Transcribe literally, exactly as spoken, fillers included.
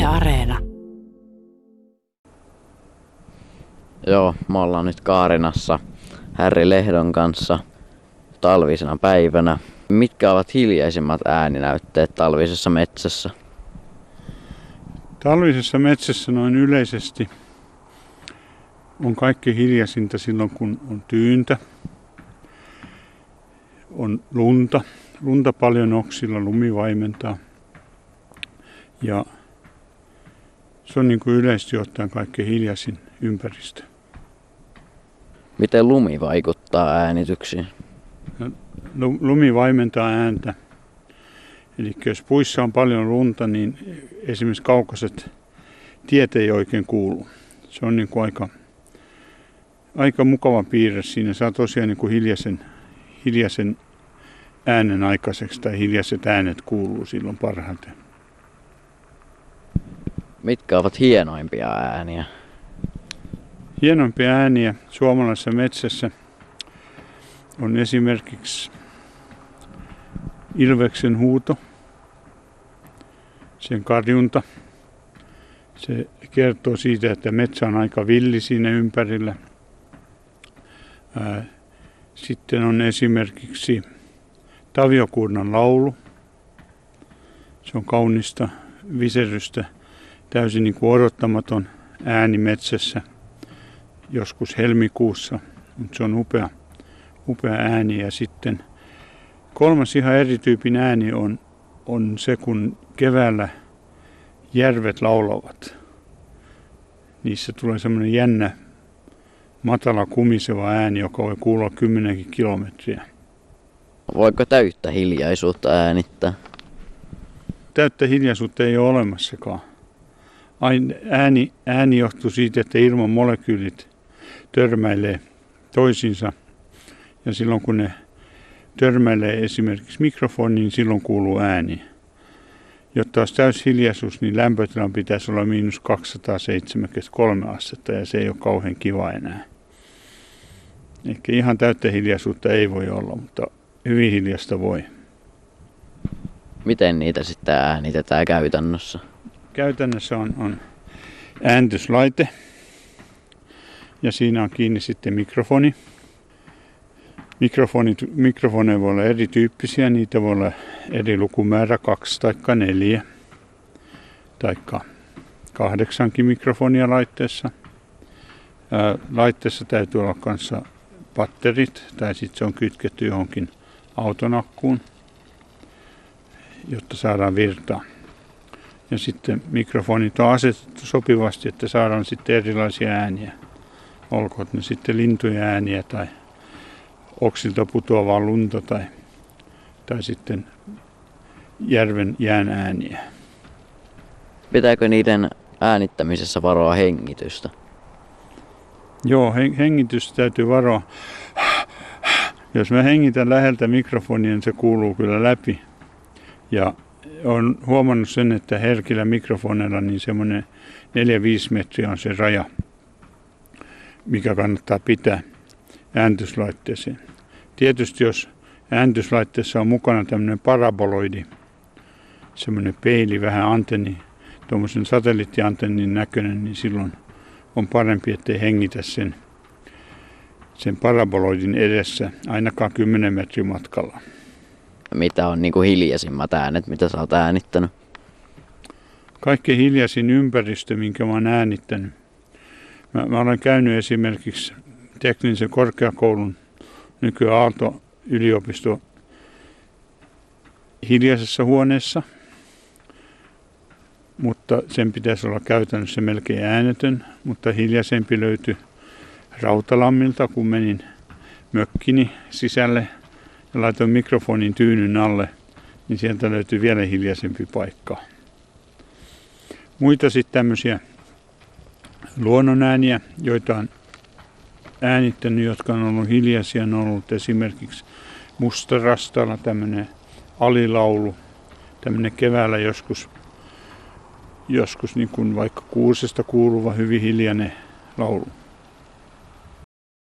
Areena. Joo, me ollaan nyt Kaarinassa Harry Lehdon kanssa talvisena päivänä. Mitkä ovat hiljaisimmat ääninäytteet talvisessa metsässä? Talvisessa metsässä noin yleisesti on kaikki hiljaisinta silloin, kun on tyyntä, on lunta. Lunta paljon oksilla, lumi vaimentaa. Ja se on niin kuin yleisesti ottaen kaikkein hiljaisin ympäristö. Miten lumi vaikuttaa äänityksiin? Lumi vaimentaa ääntä. Eli jos puissa on paljon lunta, niin esimerkiksi kaukaiset tiet ei oikein kuulu. Se on niin kuin aika, aika mukava piirre siinä. Saa tosiaan niin kuin hiljaisen, hiljaisen äänen aikaiseksi tai hiljaiset äänet kuuluu silloin parhaiten. Mitkä ovat hienoimpia ääniä? Hienoimpia ääniä suomalaisessa metsässä on esimerkiksi ilveksen huuto, sen karjunta. Se kertoo siitä, että metsä on aika villi siinä ympärillä. Sitten on esimerkiksi taviokuurnan laulu. Se on kaunista viserrystä, täysin niin kuin odottamaton ääni metsässä, joskus helmikuussa, mutta se on upea, upea ääni. Ja sitten kolmas ihan erityypin ääni on, on se, kun keväällä järvet laulavat. Niissä tulee semmoinen jännä, matala kumiseva ääni, joka voi kuulua kymmenenkin kilometriä. Voiko täyttä hiljaisuutta äänittää? Täyttä hiljaisuutta ei ole olemassakaan. Ääni, ääni johtuu siitä, että ilman molekyylit törmäilee toisiinsa. Ja silloin kun ne törmäilee esimerkiksi mikrofoniin, niin silloin kuuluu ääni. Jotta olisi täys hiljaisuus, niin lämpötilan pitäisi olla miinus kaksisataaseitsemänkymmentäkolme astetta ja se ei ole kauhean kiva enää. Ehkä ihan täyttä hiljaisuutta ei voi olla, mutta hyvin hiljasta voi. Miten niitä sitten äänitetään käytännössä? Käytännössä on, on äänityslaite ja siinä on kiinni sitten mikrofoni. Mikrofonit, mikrofoneja voi olla erityyppisiä, niitä voi olla eri lukumäärä, kaksi tai neljä tai kahdeksankin mikrofonia laitteessa. Ää, laitteessa täytyy olla kanssa patterit tai sitten se on kytketty johonkin autonakkuun, jotta saadaan virtaa. Ja sitten mikrofonit on asetettu sopivasti, että saadaan sitten erilaisia ääniä. Olkoon ne sitten lintujen ääniä tai oksilta putoavaa lunta tai, tai sitten järven jään ääniä. Pitääkö niiden äänittämisessä varoa hengitystä? Joo, hengitystä täytyy varoa. Jos mä hengitän läheltä mikrofonia, niin se kuuluu kyllä läpi. Ja olen huomannut sen, että herkillä mikrofoneilla niin semmoinen neljä viisi metriä on se raja, mikä kannattaa pitää äänityslaitteeseen. Tietysti jos äänityslaitteessa on mukana tämmöinen paraboloidi, semmoinen peili, vähän antenni, tuommoisen satelliittiantennin näköinen, niin silloin on parempi, ettei hengitä sen, sen paraboloidin edessä ainakaan kymmenen metrin matkalla. Mitä on niin kuin hiljaisimmat äänet, mitä sä oot äänittänyt? Kaikkein hiljaisin ympäristö, minkä mä oon äänittänyt. Mä, mä olen käynyt esimerkiksi teknisen korkeakoulun, nykyään Aalto-yliopisto, hiljaisessa huoneessa, mutta sen pitäisi olla käytännössä melkein äänetön, mutta hiljaisempi löytyi Rautalammilta, kun menin mökkini sisälle ja laitoin mikrofonin tyynyn alle, niin sieltä löytyi vielä hiljaisempi paikka. Muita sitten tämmöisiä luonnonääniä, joita on äänittänyt, jotka on ollut hiljaisia, on ollut esimerkiksi mustarastalla tämmöinen alilaulu, tämmöinen keväällä joskus, joskus niin kuin vaikka kuusesta kuuluva hyvin hiljainen laulu.